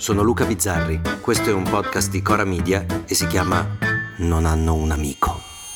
sono Luca Bizzarri, questo è un podcast di Cora Media e si chiama Non hanno un amico.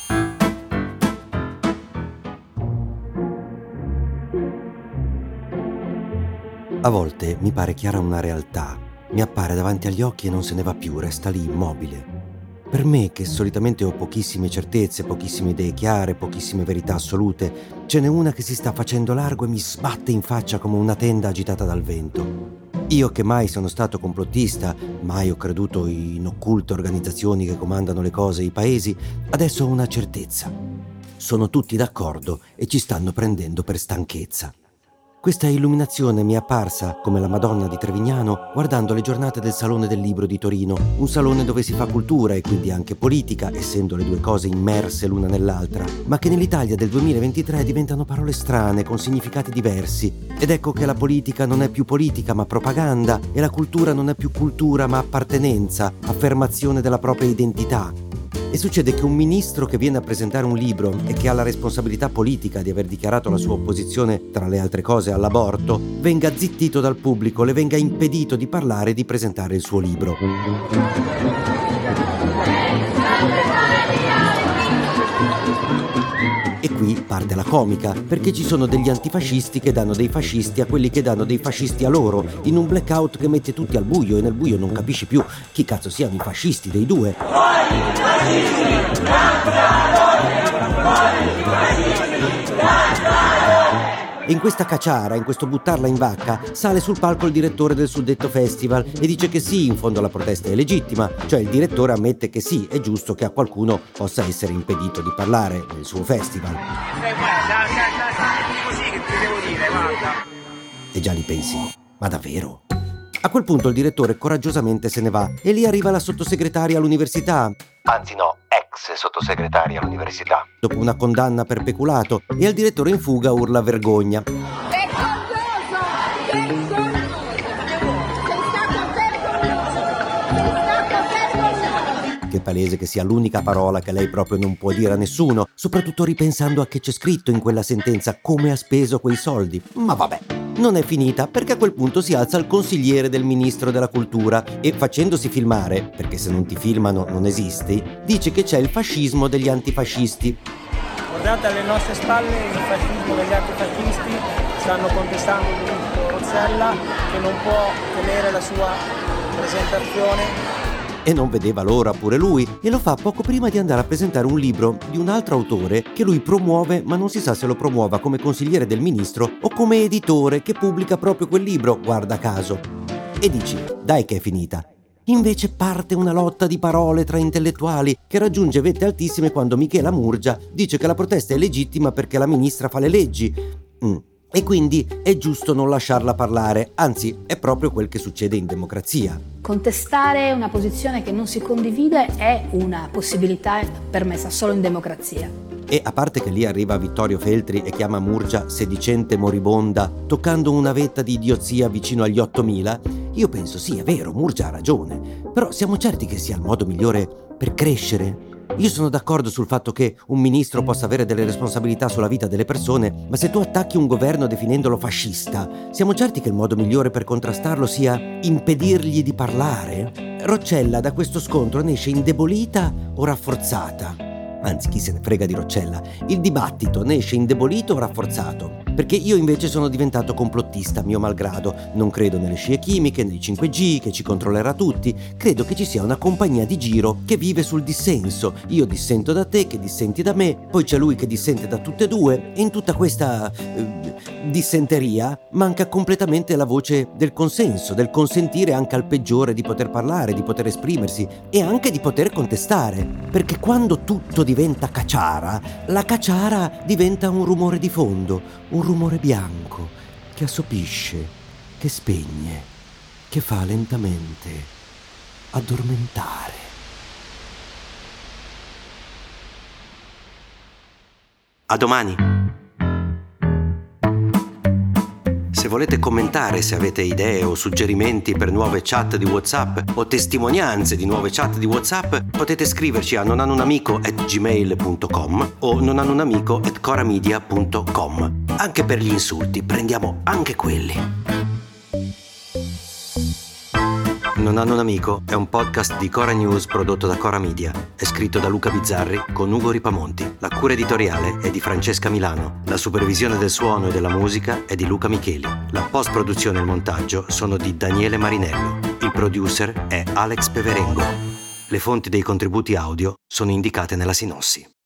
A volte mi pare chiara una realtà, mi appare davanti agli occhi e non se ne va più, resta lì immobile. Per me, che solitamente ho pochissime certezze, pochissime idee chiare, pochissime verità assolute, ce n'è una che si sta facendo largo e mi sbatte in faccia come una tenda agitata dal vento. Io che mai sono stato complottista, mai ho creduto in occulte organizzazioni che comandano le cose e i paesi, adesso ho una certezza. Sono tutti d'accordo e ci stanno prendendo per stanchezza. Questa illuminazione mi è apparsa, come la Madonna di Trevignano, guardando le giornate del Salone del Libro di Torino, un salone dove si fa cultura e quindi anche politica, essendo le due cose immerse l'una nell'altra, ma che nell'Italia del 2023 diventano parole strane, con significati diversi. Ed ecco che la politica non è più politica ma propaganda, e la cultura non è più cultura ma appartenenza, affermazione della propria identità. E succede che un ministro che viene a presentare un libro e che ha la responsabilità politica di aver dichiarato la sua opposizione, tra le altre cose, all'aborto, venga zittito dal pubblico, le venga impedito di parlare e di presentare il suo libro. E qui parte la comica, perché ci sono degli antifascisti che danno dei fascisti a quelli che danno dei fascisti a loro, in un blackout che mette tutti al buio, e nel buio non capisci più chi cazzo siano i fascisti dei due. E in questa cacciara, in questo buttarla in vacca, sale sul palco il direttore del suddetto festival e dice che sì, in fondo la protesta è legittima, cioè il direttore ammette che sì, è giusto che a qualcuno possa essere impedito di parlare nel suo festival. Così che ti devo dire, guarda. E già li pensi, ma davvero? A quel punto il direttore coraggiosamente se ne va e lì arriva la sottosegretaria all'università. Anzi no, ex sottosegretaria all'università. Dopo una condanna per peculato, e al direttore in fuga urla vergogna. Che è palese che sia l'unica parola che lei proprio non può dire a nessuno, soprattutto ripensando a che c'è scritto in quella sentenza, come ha speso quei soldi. Ma vabbè, non è finita, perché a quel punto si alza il consigliere del ministro della cultura e, facendosi filmare, perché se non ti filmano non esisti, dice che c'è il fascismo degli antifascisti. Guardate alle nostre spalle il fascismo degli antifascisti, stanno contestando il ministro Rozzella che non può tenere la sua presentazione. E non vedeva l'ora pure lui, e lo fa poco prima di andare a presentare un libro di un altro autore che lui promuove, ma non si sa se lo promuova come consigliere del ministro o come editore che pubblica proprio quel libro, guarda caso. E dici, dai che è finita. Invece parte una lotta di parole tra intellettuali che raggiunge vette altissime quando Michela Murgia dice che la protesta è legittima perché la ministra fa le leggi. E quindi è giusto non lasciarla parlare, anzi è proprio quel che succede in democrazia. Contestare una posizione che non si condivide è una possibilità permessa solo in democrazia. E a parte che lì arriva Vittorio Feltri e chiama Murgia sedicente moribonda, toccando una vetta di idiozia vicino agli 8000, io penso sì, è vero, Murgia ha ragione, però siamo certi che sia il modo migliore per crescere? Io sono d'accordo sul fatto che un ministro possa avere delle responsabilità sulla vita delle persone, ma se tu attacchi un governo definendolo fascista, siamo certi che il modo migliore per contrastarlo sia impedirgli di parlare? Roccella da questo scontro ne esce indebolita o rafforzata? Anzi, chi se ne frega di Roccella? Il dibattito ne esce indebolito o rafforzato? Perché io invece sono diventato complottista, mio malgrado. Non credo nelle scie chimiche, nei 5G, che ci controllerà tutti. Credo che ci sia una compagnia di giro che vive sul dissenso. Io dissento da te, che dissenti da me, poi c'è lui che dissente da tutte e due, e in tutta questa dissenteria manca completamente la voce del consenso, del consentire anche al peggiore di poter parlare, di poter esprimersi e anche di poter contestare. Perché quando tutto diventa cacciara, la cacciara diventa un rumore di fondo, un rumore bianco che assopisce, che spegne, che fa lentamente addormentare. A domani! Se volete commentare, se avete idee o suggerimenti per nuove chat di WhatsApp o testimonianze di nuove chat di WhatsApp, potete scriverci a nonhanunamico@gmail.com o nonhanunamico@coramedia.com. Anche per gli insulti, prendiamo anche quelli. Non hanno un amico è un podcast di Cora News prodotto da Cora Media. È scritto da Luca Bizzarri con Ugo Ripamonti. La cura editoriale è di Francesca Milano. La supervisione del suono e della musica è di Luca Micheli. La post-produzione e il montaggio sono di Daniele Marinello. Il producer è Alex Peverengo. Le fonti dei contributi audio sono indicate nella sinossi.